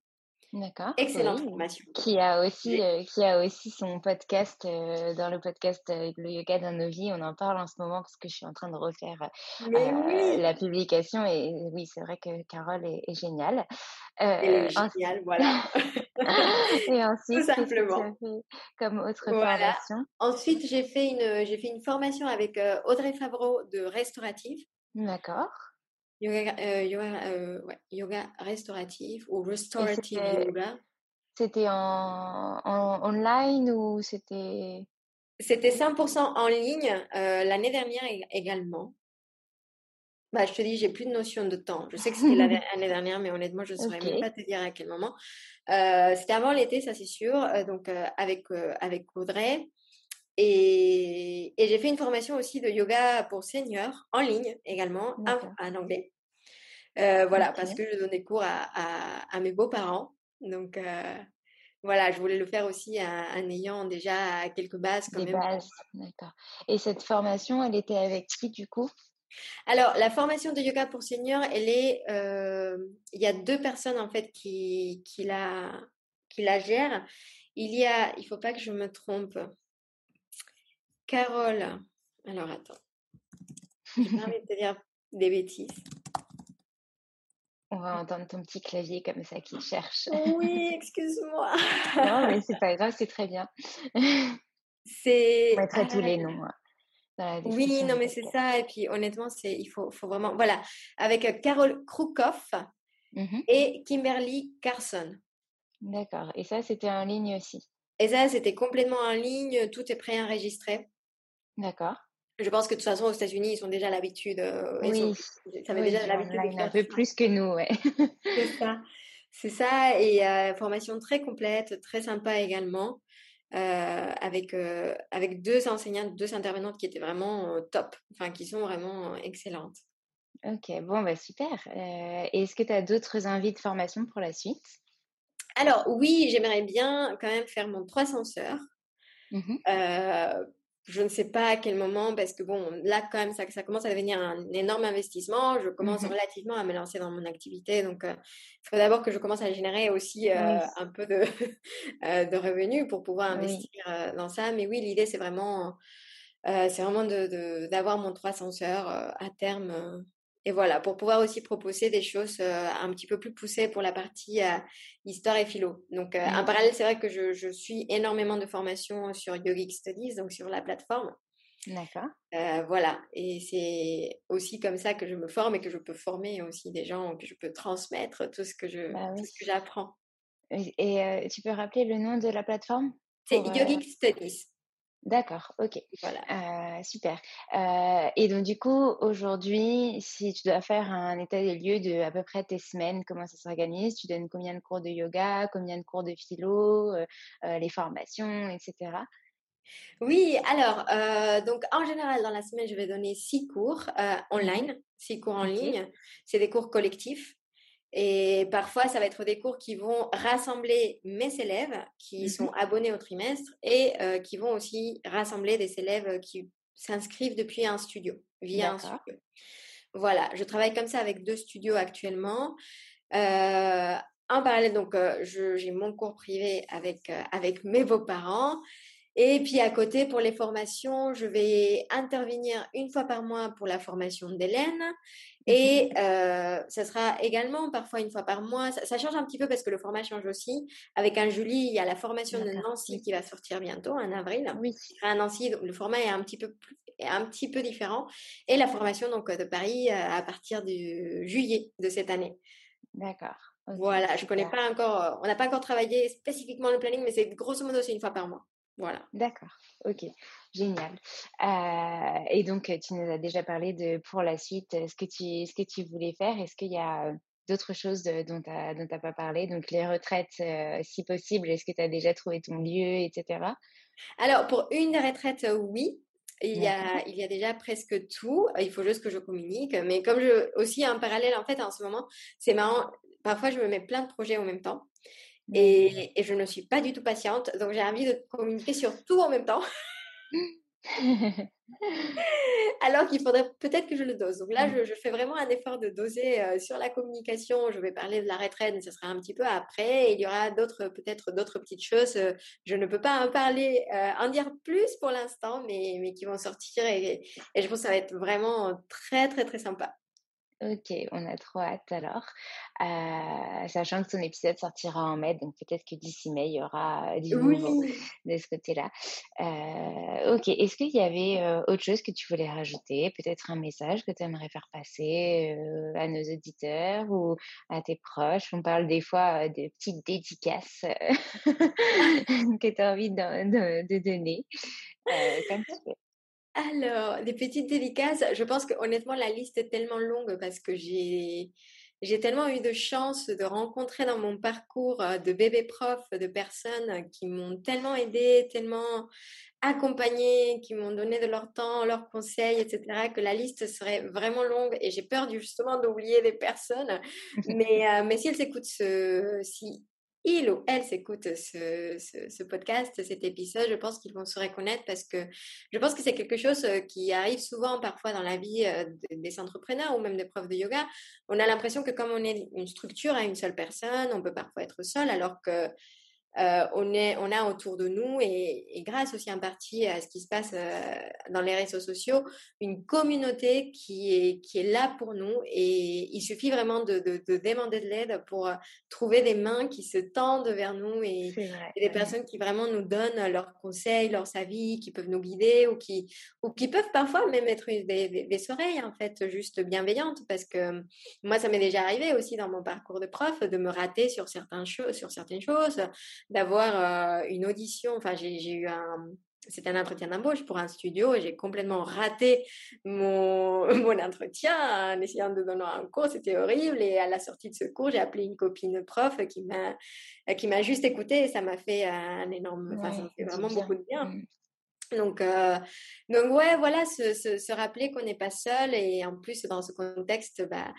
D'accord, Excellente oui. formation. Qui a aussi, J'ai euh, qui a aussi son podcast, euh, dans le podcast euh, Le Yoga dans nos vies. On en parle en ce moment parce que je suis en train de refaire mais euh, oui! la publication et oui, c'est vrai que Carole est, est géniale. Elle Euh, est ensuite, géniale, voilà. et Tout ensuite, qu'est-ce que tu simplement. as fait comme autre Voilà. formation? Ensuite, j'ai fait une, j'ai fait une formation avec euh, Audrey Favreau de restauratif. D'accord. Yoga, euh, yoga, euh, ouais, yoga restauratif ou Et restorative c'était, yoga. c'était en, en online ou c'était... C'était cent pour cent en ligne euh, l'année dernière ég- également. Bah, je te dis, j'ai plus de notion de temps. Je sais que c'était l'année l'année dernière, mais honnêtement, je ne saurais Ok, même pas te dire à quel moment. Euh, c'était avant l'été, ça c'est sûr, euh, donc euh, avec, euh, avec Audrey. Et, et j'ai fait une formation aussi de yoga pour seniors en ligne également, en, d'accord. en anglais. Euh, voilà, parce Ok. que je donne des cours à, à, à mes beaux-parents. Donc euh, voilà, je voulais le faire aussi en, en ayant déjà quelques bases quand Des même. bases, d'accord. Et cette formation, elle était avec qui du coup? Alors, la formation de yoga pour seniors, elle est, euh, il y a deux personnes en fait qui, qui la, qui la gèrent. Il y a, il faut pas que je me trompe, Carole. Alors attends, j'ai pas envie de te dire des bêtises. On va entendre ton petit clavier comme ça qui cherche. Oui, excuse-moi. Non, mais c'est pas grave, c'est très bien. On C'est, mettrait tous ah, les noms hein, dans la oui, description non du mais c'est podcast. ça. Et puis honnêtement, c'est, il faut, faut vraiment, voilà, avec euh, Carole Krukoff Mhm. et Kimberly Carson. D'accord. Et ça, c'était en ligne aussi. Et ça, c'était complètement en ligne, tout est préenregistré. D'accord. Je pense que de toute façon, aux États-Unis, ils sont déjà à l'habitude, euh, ils sont, Oui, ça avait oui, déjà du l'habitude de online un faire peu ça. plus que nous, ouais. C'est ça, c'est ça. Et euh, formation très complète, très sympa également, euh, avec, euh, avec deux enseignantes, deux intervenantes qui étaient vraiment euh, top, enfin, qui sont vraiment euh, excellentes. Ok, bon, bah super. Euh, et est-ce que tu as d'autres envies de formation pour la suite? Alors, oui, j'aimerais bien quand même faire mon trois cents heures. Mhm. Euh, je ne sais pas à quel moment, parce que bon, là quand même, ça, ça commence à devenir un énorme investissement. Je commence Mhm. relativement à me lancer dans mon activité. Donc, euh, il faut d'abord que je commence à générer aussi Oui, euh, un peu de, euh, de revenus pour pouvoir oui. investir euh, dans ça. Mais oui, l'idée, c'est vraiment, euh, c'est vraiment de, de- d'avoir mon trois cents heures euh, à terme. euh, et voilà, pour pouvoir aussi proposer des choses euh, un petit peu plus poussées pour la partie euh, histoire et philo. Donc, euh, en Oui, parallèle, c'est vrai que je, je suis énormément de formations sur Yogic Studies, donc sur la plateforme. d'accord. Euh, voilà, et c'est aussi comme ça que je me forme et que je peux former aussi des gens, que je peux transmettre tout ce que je, Bah tout oui. ce que j'apprends. Et, et, euh, tu peux rappeler le nom de la plateforme C'est pour, euh, Yogic Studies. D'accord, ok. Voilà. Euh, super. Euh, et donc, du coup, aujourd'hui, si tu dois faire un état des lieux de à peu près tes semaines, comment ça s'organise? Tu donnes combien de cours de yoga, combien de cours de philo, euh, euh, les formations, et cetera. Oui, alors, euh, donc en général, dans la semaine, je vais donner six cours euh, Mhm. online, six cours en Ok. ligne. C'est des cours collectifs. Et parfois, ça va être des cours qui vont rassembler mes élèves qui Mhm. sont abonnés au trimestre et euh, qui vont aussi rassembler des élèves qui s'inscrivent depuis un studio, via un D'accord. studio. Voilà, je travaille comme ça avec deux studios actuellement. Euh, en parallèle, donc, euh, je- j'ai mon cours privé avec, euh, avec mes beaux-parents. Et puis à côté, pour les formations, je vais intervenir une fois par mois pour la formation d'Hélène. Mhm. Et euh, ça sera également parfois une fois par mois. Ça, ça change un petit peu parce que le format change aussi. Avec un Julie, il y a la formation de D'accord. Nancy Oui. qui va sortir bientôt, en avril. Oui. Qui sera à Nancy, donc le format est un petit peu plus, est un petit peu différent. Et la formation donc de Paris euh, à partir de juillet de cette année. D'accord. Ok, Voilà, je connais super. pas encore, euh, on n'a pas encore travaillé spécifiquement le planning, mais c'est grosso modo c'est une fois par mois. Voilà. D'accord. Ok. Génial. Euh, et donc, euh, tu nous as déjà parlé de pour la suite, euh, ce que tu, ce que tu voulais faire. Est-ce qu'il y a euh, d'autres choses euh, dont tu n'as pas parlé? Donc, les retraites, euh, si possible, est-ce que tu as déjà trouvé ton lieu, et cetera. Alors, pour une des retraites, euh, oui. Il y D'accord. a, il y a déjà presque tout. Euh, Il faut juste que je communique. Mais comme je, aussi en parallèle, en fait, en ce moment, c'est marrant. Parfois, je me mets plein de projets en même temps. Oui. Et, et je ne suis pas du tout patiente. Donc, j'ai envie de communiquer sur tout en même temps. Alors qu'il faudrait peut-être que je le dose. Donc là, je, je fais vraiment un effort de doser euh, sur la communication. Je vais parler de la retraite, mais ce sera un petit peu après. Et il y aura d'autres, peut-être d'autres petites choses. Euh, je ne peux pas en parler, euh, en dire plus pour l'instant, mais, mais qui vont sortir. Et, et je pense que ça va être vraiment très, très, très sympa. Ok, on a trop hâte alors. Euh, sachant que ton épisode sortira en mai, donc peut-être que d'ici mai, il y aura euh, du nouveau Oui. de ce côté-là. Euh, ok, est-ce qu'il y avait euh, autre chose que tu voulais rajouter? Peut-être un message que tu aimerais faire passer euh, à nos auditeurs ou à tes proches? On parle des fois euh, de petites dédicaces euh, que tu as envie de, de- de donner, euh, comme tu veux. Alors, des petites dédicaces, je pense que honnêtement, la liste est tellement longue parce que j'ai j'ai tellement eu de chance de rencontrer dans mon parcours euh, de bébés profs, de personnes qui m'ont tellement aidée, tellement accompagnée, qui m'ont donné de leur temps, leurs conseils, et cetera, que la liste serait vraiment longue et j'ai peur du- justement d'oublier des personnes. Mais, euh, mais si elles écoutent ce, si il ou elle s'écoute ce, ce, ce podcast, cet épisode, je pense qu'ils vont se reconnaître parce que je pense que c'est quelque chose euh, qui arrive souvent parfois dans la vie euh, de- des entrepreneurs ou même des profs de yoga. On a l'impression que comme on est une structure à une seule personne, on peut parfois être seul alors que euh, on, est, on a autour de nous et, et grâce aussi en partie à ce qui se passe euh, dans les réseaux sociaux, une communauté qui est, qui est là pour nous et il suffit vraiment de, de, de demander de l'aide pour euh, trouver des mains qui se tendent vers nous et, C'est vrai. et des personnes qui vraiment nous donnent leurs conseils, leurs avis, qui peuvent nous guider ou qui, ou qui peuvent parfois même être des, des, des oreilles en fait juste bienveillantes parce que moi ça m'est déjà arrivé aussi dans mon parcours de prof de me rater sur, certains cho- sur certaines choses, d'avoir euh, une audition. Enfin, j'ai, j'ai eu un, c'était un entretien d'embauche pour un studio et j'ai complètement raté mon, mon entretien en essayant de donner un cours. C'était horrible. Et à la sortie de ce cours, j'ai appelé une copine prof qui m'a, qui m'a juste écoutée et ça m'a fait un énorme, enfin, ça m'a Ouais, fait du vraiment bien. beaucoup de bien. Mm. Donc, euh, donc ouais, voilà, se, se, se rappeler qu'on n'est pas seul et en plus, dans ce contexte, bah,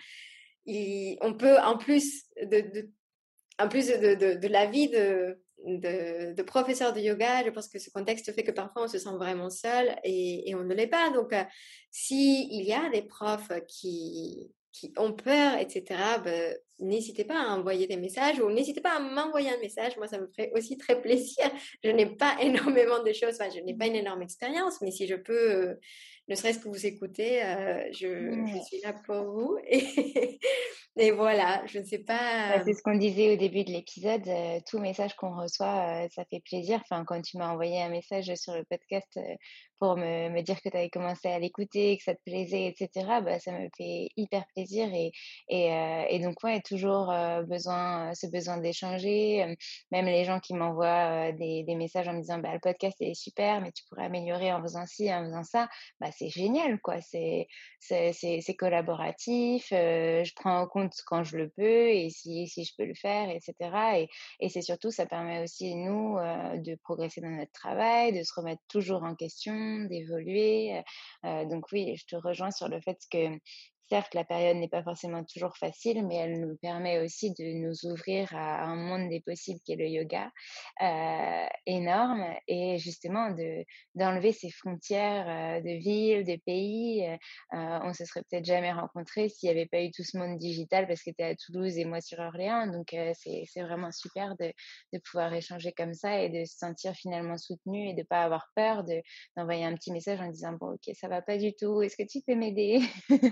il, on peut, en plus de, de en plus de, de, de la vie de, de, de professeur de yoga, je pense que ce contexte fait que parfois on se sent vraiment seul et, et on ne l'est pas. Donc, euh, s'il y a des profs qui, qui ont peur, et cetera, ben, n'hésitez pas à envoyer des messages ou n'hésitez pas à m'envoyer un message. Moi, ça me ferait aussi très plaisir. Je n'ai pas énormément de choses, enfin, je n'ai pas une énorme expérience, mais si je peux, euh, ne serait-ce que vous écouter, euh, je, Ouais. je suis là pour vous. Et, et voilà, je ne sais Bah, pas. c'est ce qu'on disait au début de l'épisode, euh, tout message qu'on reçoit, euh, ça fait plaisir. Enfin, quand tu m'as envoyé un message sur le podcast euh, pour me, me dire que tu avais commencé à l'écouter, que ça te plaisait, et cetera, bah, ça me fait hyper plaisir. Et, et, euh, et donc, ouais, toujours euh, besoin, ce besoin d'échanger. Euh, même les gens qui m'envoient euh, des, des messages en me disant, bah, le podcast est super, mais tu pourrais améliorer en faisant ci, en faisant ça, bah, c'est génial, quoi. C'est, c'est, c'est, c'est collaboratif. Euh, je prends en compte quand je le peux et si, si je peux le faire, et cetera. Et, et c'est surtout, ça permet aussi, nous, euh, de progresser dans notre travail, de se remettre toujours en question, d'évoluer. Euh, donc oui, je te rejoins sur le fait que certes, la période n'est pas forcément toujours facile, mais elle nous permet aussi de nous ouvrir à un monde des possibles qui est le yoga, euh, énorme, et justement de, d'enlever ces frontières euh, de ville, de pays. Euh, euh, on se serait peut-être jamais rencontrés s'il n'y avait pas eu tout ce monde digital parce que tu es à Toulouse et moi sur Orléans. Donc, euh, c'est, c'est vraiment super de, de pouvoir échanger comme ça et de se sentir finalement soutenu et de pas avoir peur de, d'envoyer un petit message en disant, bon, ok, ça va pas du tout. Est-ce que tu peux m'aider?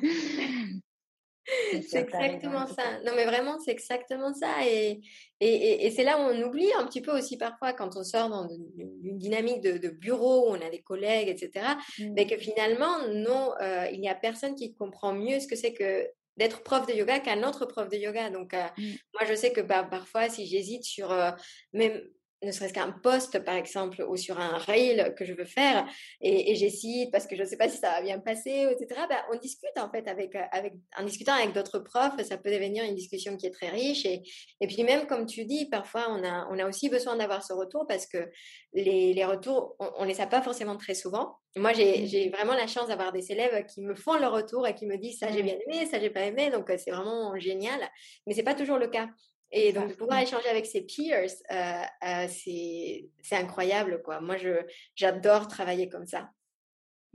C'est C'est sûr, t'as raison en exactement tout cas. ça. Non, mais vraiment, c'est exactement ça. Et, et, et, et c'est là où on oublie un petit peu aussi parfois quand on sort dans une, une dynamique de, de bureau où on a des collègues, et cetera. Mm. Mais que finalement, non, euh, il n'y a personne qui comprend mieux ce que c'est que d'être prof de yoga qu'un autre prof de yoga. Donc, euh, Mm. moi, je sais que bah, parfois, si j'hésite sur euh, même ne serait-ce qu'un post, par exemple, ou sur un reel que je veux faire, et, et j'hésite parce que je ne sais pas si ça va bien passer, et cetera. Ben, on discute en fait avec, avec, en discutant avec d'autres profs, ça peut devenir une discussion qui est très riche. Et, et puis même, comme tu dis, parfois on a, on a aussi besoin d'avoir ce retour parce que les, les retours, on ne les a pas forcément très souvent. Moi, j'ai, Mm. j'ai vraiment la chance d'avoir des élèves qui me font le retour et qui me disent ça j'ai Ouais, bien aimé, ça j'ai pas aimé, donc c'est vraiment génial. Mais c'est pas toujours le cas. c'est Et ça. donc, de pouvoir échanger avec ses peers, euh, euh, c'est, c'est incroyable, quoi. Moi, je, j'adore travailler comme ça.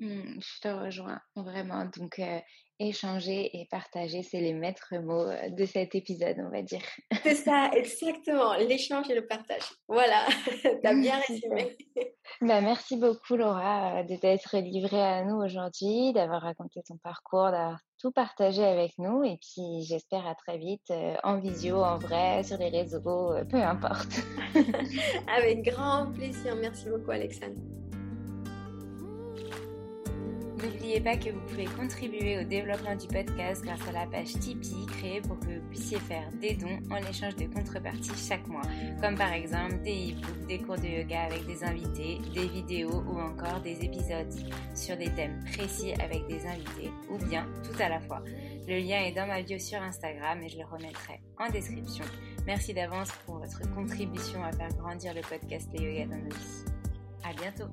Mmh, je te rejoins vraiment. Donc, heu, échanger et partager, c'est les maîtres mots, heu, de cet épisode, on va dire. C'est ça, exactement, l'échange et le partage. Voilà, tu as bien Super. résumé. Bah, merci beaucoup Laura, heu, de t'être livrée à nous aujourd'hui, d'avoir raconté ton parcours, d'avoir tout partagé avec nous et puis j'espère à très vite, heu, en visio, en vrai, sur les réseaux, heu, peu importe. Avec grand plaisir. Merci beaucoup, Alexandre. N'oubliez pas que vous pouvez contribuer au développement du podcast grâce à la page Tipeee créée pour que vous puissiez faire des dons en échange de contreparties chaque mois, comme par exemple des e-books, des cours de yoga avec des invités, des vidéos ou encore des épisodes sur des thèmes précis avec des invités ou bien tout à la fois. Le lien est dans ma bio sur Instagram et je le remettrai en description. Merci d'avance pour votre contribution à faire grandir le podcast Le Yoga dans nos vies. À bientôt!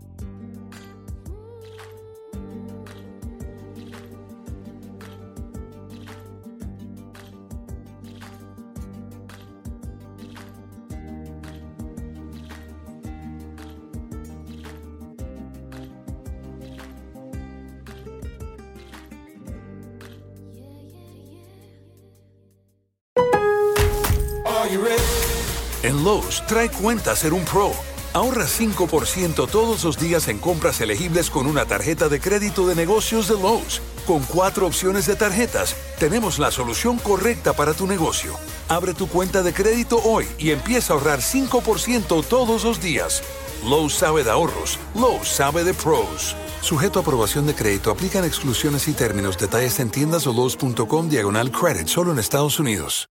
En Lowe's, trae cuenta ser un pro. Ahorra cinco por ciento todos los días en compras elegibles con una tarjeta de crédito de negocios de Lowe's. Con cuatro opciones de tarjetas, tenemos la solución correcta para tu negocio. Abre tu cuenta de crédito hoy y empieza a ahorrar cinco por ciento todos los días. Lowe's sabe de ahorros. Lowe's sabe de pros. Sujeto a aprobación de crédito, aplican exclusiones y términos. Detalles en tiendas o lowes.com diagonal credit, solo en Estados Unidos.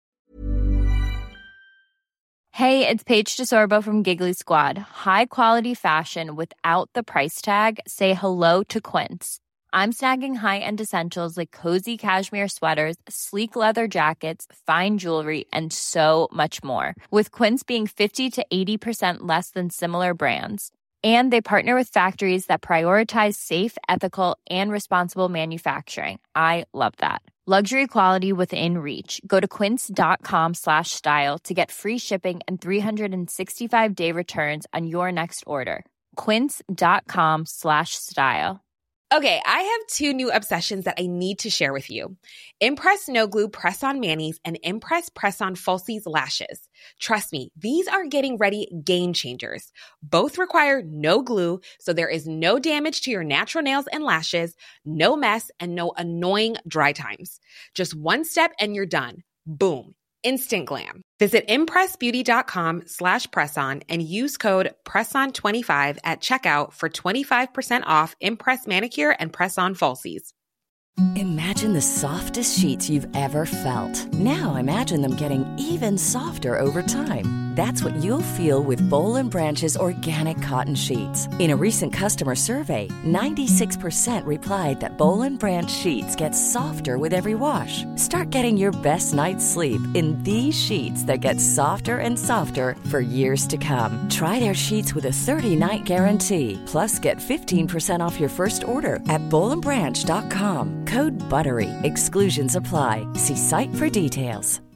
Hey, it's Paige DeSorbo from Giggly Squad. High quality fashion without the price tag. Say hello to Quince. I'm snagging high-end essentials like cozy cashmere sweaters, sleek leather jackets, fine jewelry, and so much more. With Quince being fifty to eighty percent less than similar brands. And they partner with factories that prioritize safe, ethical, and responsible manufacturing. I love that. Luxury quality within reach. Go to quince.com slash style to get free shipping and three sixty-five day returns on your next order. Quince.com slash style. Okay, I have two new obsessions that I need to share with you. Impress No Glue Press-On Manis and Impress Press-On Falsies Lashes. Trust me, these are getting ready game changers. Both require no glue, so there is no damage to your natural nails and lashes, no mess, and no annoying dry times. Just one step and you're done. Boom. Instant glam. Visit impressbeauty.com slash presson and use code presson twenty-five at checkout for twenty-five percent off Impress Manicure and Press-On Falsies. Imagine the softest sheets you've ever felt. Now imagine them getting even softer over time. That's what you'll feel with Boll and Branch's organic cotton sheets. In a recent customer survey, ninety-six percent replied that Boll and Branch sheets get softer with every wash. Start getting your best night's sleep in these sheets that get softer and softer for years to come. Try their sheets with a thirty-night guarantee. Plus, get fifteen percent off your first order at boll and branch dot com. Code BUTTERY. Exclusions apply. See site for details.